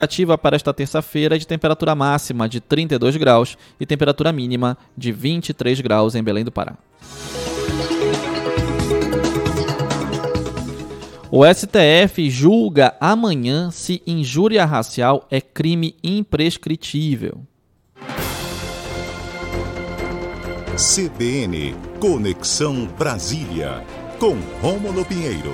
Ativa para esta terça-feira de temperatura máxima de 32 graus e temperatura mínima de 23 graus em Belém do Pará. O STF julga amanhã se injúria racial é crime imprescritível. CBN Conexão Brasília, com Rômulo Pinheiro.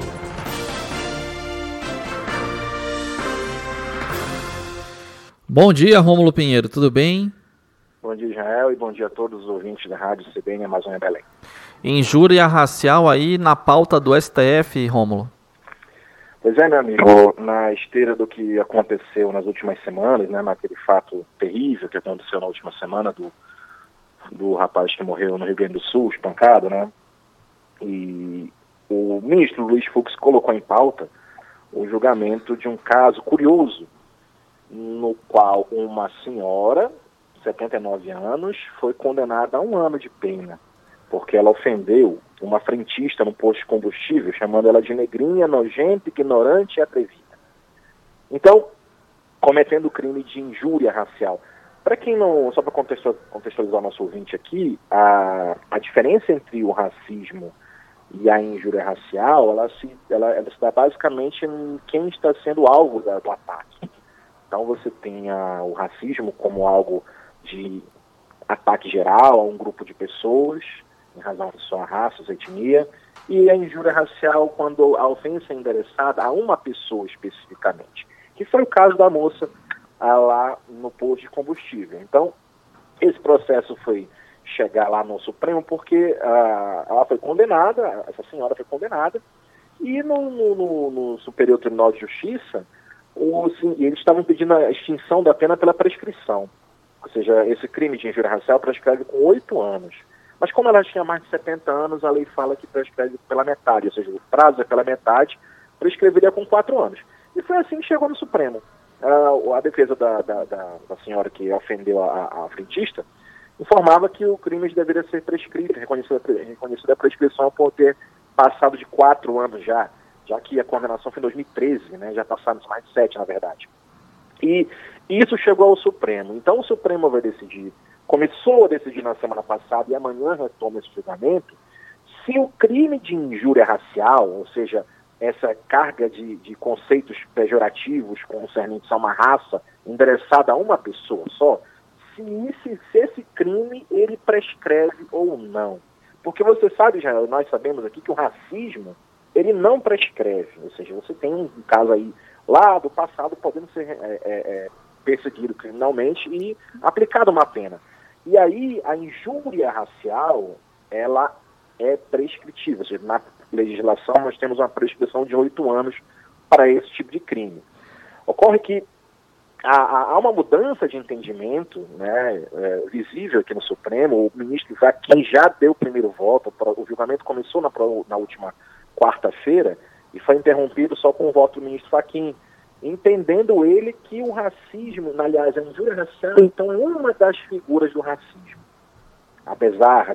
Bom dia, Rômulo Pinheiro, tudo bem? Bom dia, Israel, e bom dia a todos os ouvintes da Rádio CBN Amazônia Belém. Injúria racial aí na pauta do STF, Rômulo. Pois é, meu amigo, na esteira do que aconteceu nas últimas semanas, né, naquele fato terrível que aconteceu na última semana do rapaz que morreu no Rio Grande do Sul, espancado, né, e o ministro Luiz Fux colocou em pauta o julgamento de um caso curioso, no qual uma senhora, 79 anos, foi condenada a 1 ano de pena, porque ela ofendeu uma frentista no posto de combustível, chamando ela de negrinha, nojenta, ignorante e atrevida. Então, cometendo o crime de injúria racial. Para quem não, só para contextualizar o nosso ouvinte aqui, a diferença entre o racismo e a injúria racial, ela se dá basicamente em quem está sendo alvo do ataque. Então você tem o racismo como algo de ataque geral a um grupo de pessoas, em razão da sua raça, sua etnia, e a injúria racial quando a ofensa é endereçada a uma pessoa especificamente, que foi o caso da moça lá no posto de combustível. Então, esse processo foi chegar lá no Supremo porque ela foi condenada, essa senhora foi condenada, e no Superior Tribunal de Justiça, eles estavam pedindo a extinção da pena pela prescrição. Ou seja, esse crime de injúria racial prescreve com 8 anos. Mas como ela tinha mais de 70 anos, a lei fala que prescreve pela metade, ou seja, o prazo é pela metade, prescreveria com 4 anos. E foi assim que chegou no Supremo. A defesa da senhora que ofendeu a frentista informava que o crime deveria ser prescrito, reconhecida a prescrição por ter passado de 4 anos já que a condenação foi em 2013, né, já passaram mais de 7, na verdade. E isso chegou ao Supremo. Então o Supremo vai decidir, começou a decidir na semana passada e amanhã retoma esse julgamento, se o crime de injúria racial, ou seja, essa carga de conceitos pejorativos concernentes a uma raça endereçada a uma pessoa só, se esse crime ele prescreve ou não. Porque você sabe, já nós sabemos aqui que o racismo ele não prescreve, ou seja, você tem um caso aí lá do passado podendo ser perseguido criminalmente e aplicado uma pena. E aí a injúria racial, ela é prescritiva, ou seja, na legislação nós temos uma prescrição de 8 anos para esse tipo de crime. Ocorre que há uma mudança de entendimento, né, visível aqui no Supremo. O ministro Fachin já deu o primeiro voto, o julgamento começou na última quarta-feira e foi interrompido só com o voto do ministro Fachin, entendendo ele que o racismo, aliás, a injúria racial, então, é uma das figuras do racismo. Apesar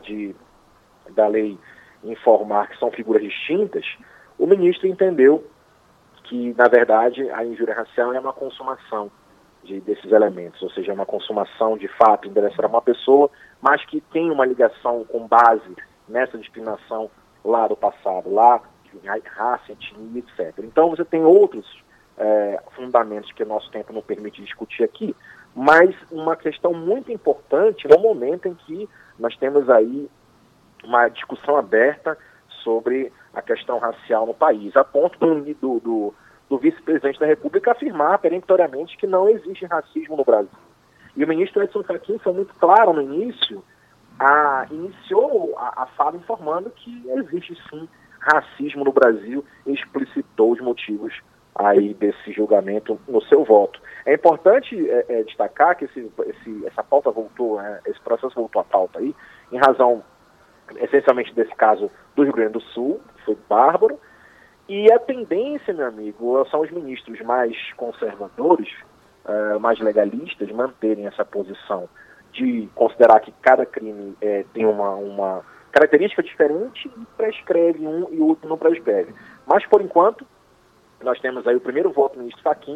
da lei informar que são figuras distintas, o ministro entendeu que, na verdade, a injúria racial é uma consumação desses elementos, ou seja, é uma consumação de fato endereçada a uma pessoa, mas que tem uma ligação com base nessa discriminação lá do passado, lá raça, etnia, etc. Então você tem outros fundamentos que o nosso tempo não permite discutir aqui, mas uma questão muito importante no momento em que nós temos aí uma discussão aberta sobre a questão racial no país, a ponto do vice-presidente da República afirmar peremptoriamente que não existe racismo no Brasil. E o ministro Edson Fachin foi muito claro no início, iniciou a fala informando que existe sim racismo no Brasil e explicitou os motivos aí desse julgamento no seu voto. É importante destacar que essa pauta voltou, esse processo voltou à pauta aí, em razão essencialmente desse caso do Rio Grande do Sul, que foi bárbaro, e a tendência, meu amigo, são os ministros mais conservadores, mais legalistas, manterem essa posição de considerar que cada crime tem uma característica diferente e prescreve um e o outro não prescreve. Mas, por enquanto, nós temos aí o primeiro voto do ministro Fachin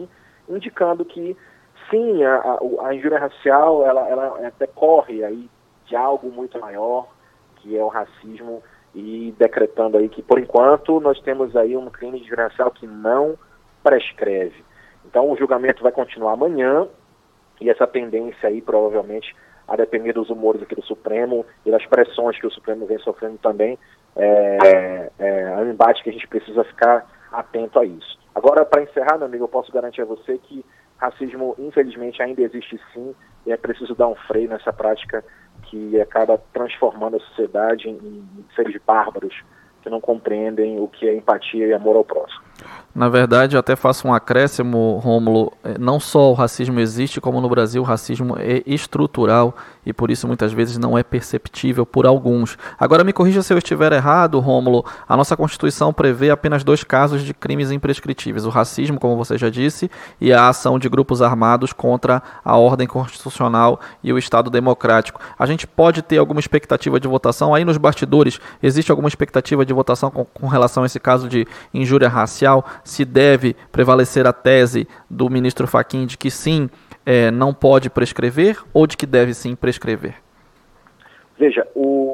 indicando que, sim, a injúria racial ela decorre aí de algo muito maior, que é o racismo, e decretando aí que, por enquanto, nós temos aí um crime de injúria racial que não prescreve. Então, o julgamento vai continuar amanhã, e essa tendência aí, provavelmente, a depender dos humores aqui do Supremo e das pressões que o Supremo vem sofrendo também, é um embate que a gente precisa ficar atento a isso. Agora, para encerrar, meu amigo, eu posso garantir a você que racismo, infelizmente, ainda existe sim, e é preciso dar um freio nessa prática que acaba transformando a sociedade em seres bárbaros que não compreendem o que é empatia e amor ao próximo. Na verdade, eu até faço um acréscimo, Rômulo, não só o racismo existe, como no Brasil o racismo é estrutural e por isso muitas vezes não é perceptível por alguns. Agora me corrija se eu estiver errado, Rômulo, a nossa Constituição prevê apenas 2 casos de crimes imprescritíveis, o racismo, como você já disse, e a ação de grupos armados contra a ordem constitucional e o Estado democrático. A gente pode ter alguma expectativa de votação? Aí nos bastidores, existe alguma expectativa de votação com relação a esse caso de injúria racial? Se deve prevalecer a tese do ministro Fachin de que sim, não pode prescrever ou de que deve sim prescrever? Veja,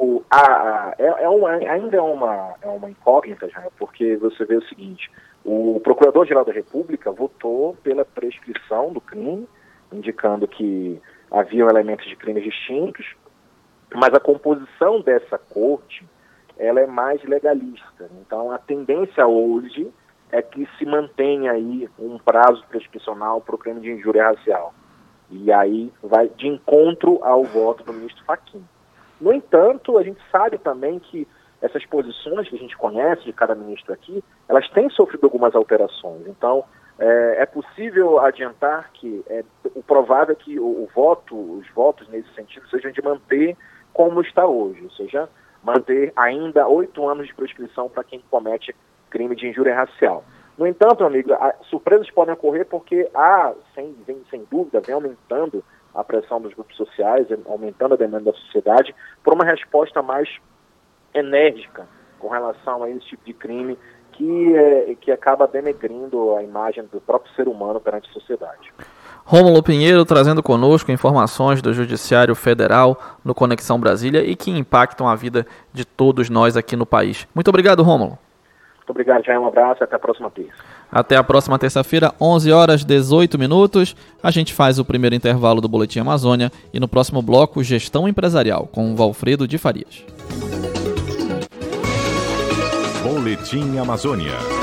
ainda é uma incógnita, já, porque você vê o seguinte, o Procurador-Geral da República votou pela prescrição do crime, indicando que haviam elementos de crimes distintos, mas a composição dessa corte ela é mais legalista. Então, a tendência hoje é que se mantenha aí um prazo prescricional para o crime de injúria racial. E aí vai de encontro ao voto do ministro Fachin. No entanto, a gente sabe também que essas posições que a gente conhece de cada ministro aqui, elas têm sofrido algumas alterações. Então, é possível adiantar que o provável é que os votos nesse sentido sejam de manter como está hoje, ou seja, manter ainda 8 anos de prescrição para quem comete crime de injúria racial. No entanto, amigo, surpresas podem ocorrer porque sem dúvida, vem aumentando a pressão dos grupos sociais, aumentando a demanda da sociedade por uma resposta mais enérgica com relação a esse tipo de crime que acaba denegrindo a imagem do próprio ser humano perante a sociedade. Rômulo Pinheiro trazendo conosco informações do Judiciário Federal no Conexão Brasília e que impactam a vida de todos nós aqui no país. Muito obrigado, Rômulo. Muito obrigado, Jair. Um abraço e até a próxima terça. Até a próxima terça-feira, 11h18. A gente faz o primeiro intervalo do Boletim Amazônia e no próximo bloco, Gestão Empresarial, com o Valfredo de Farias. Boletim Amazônia.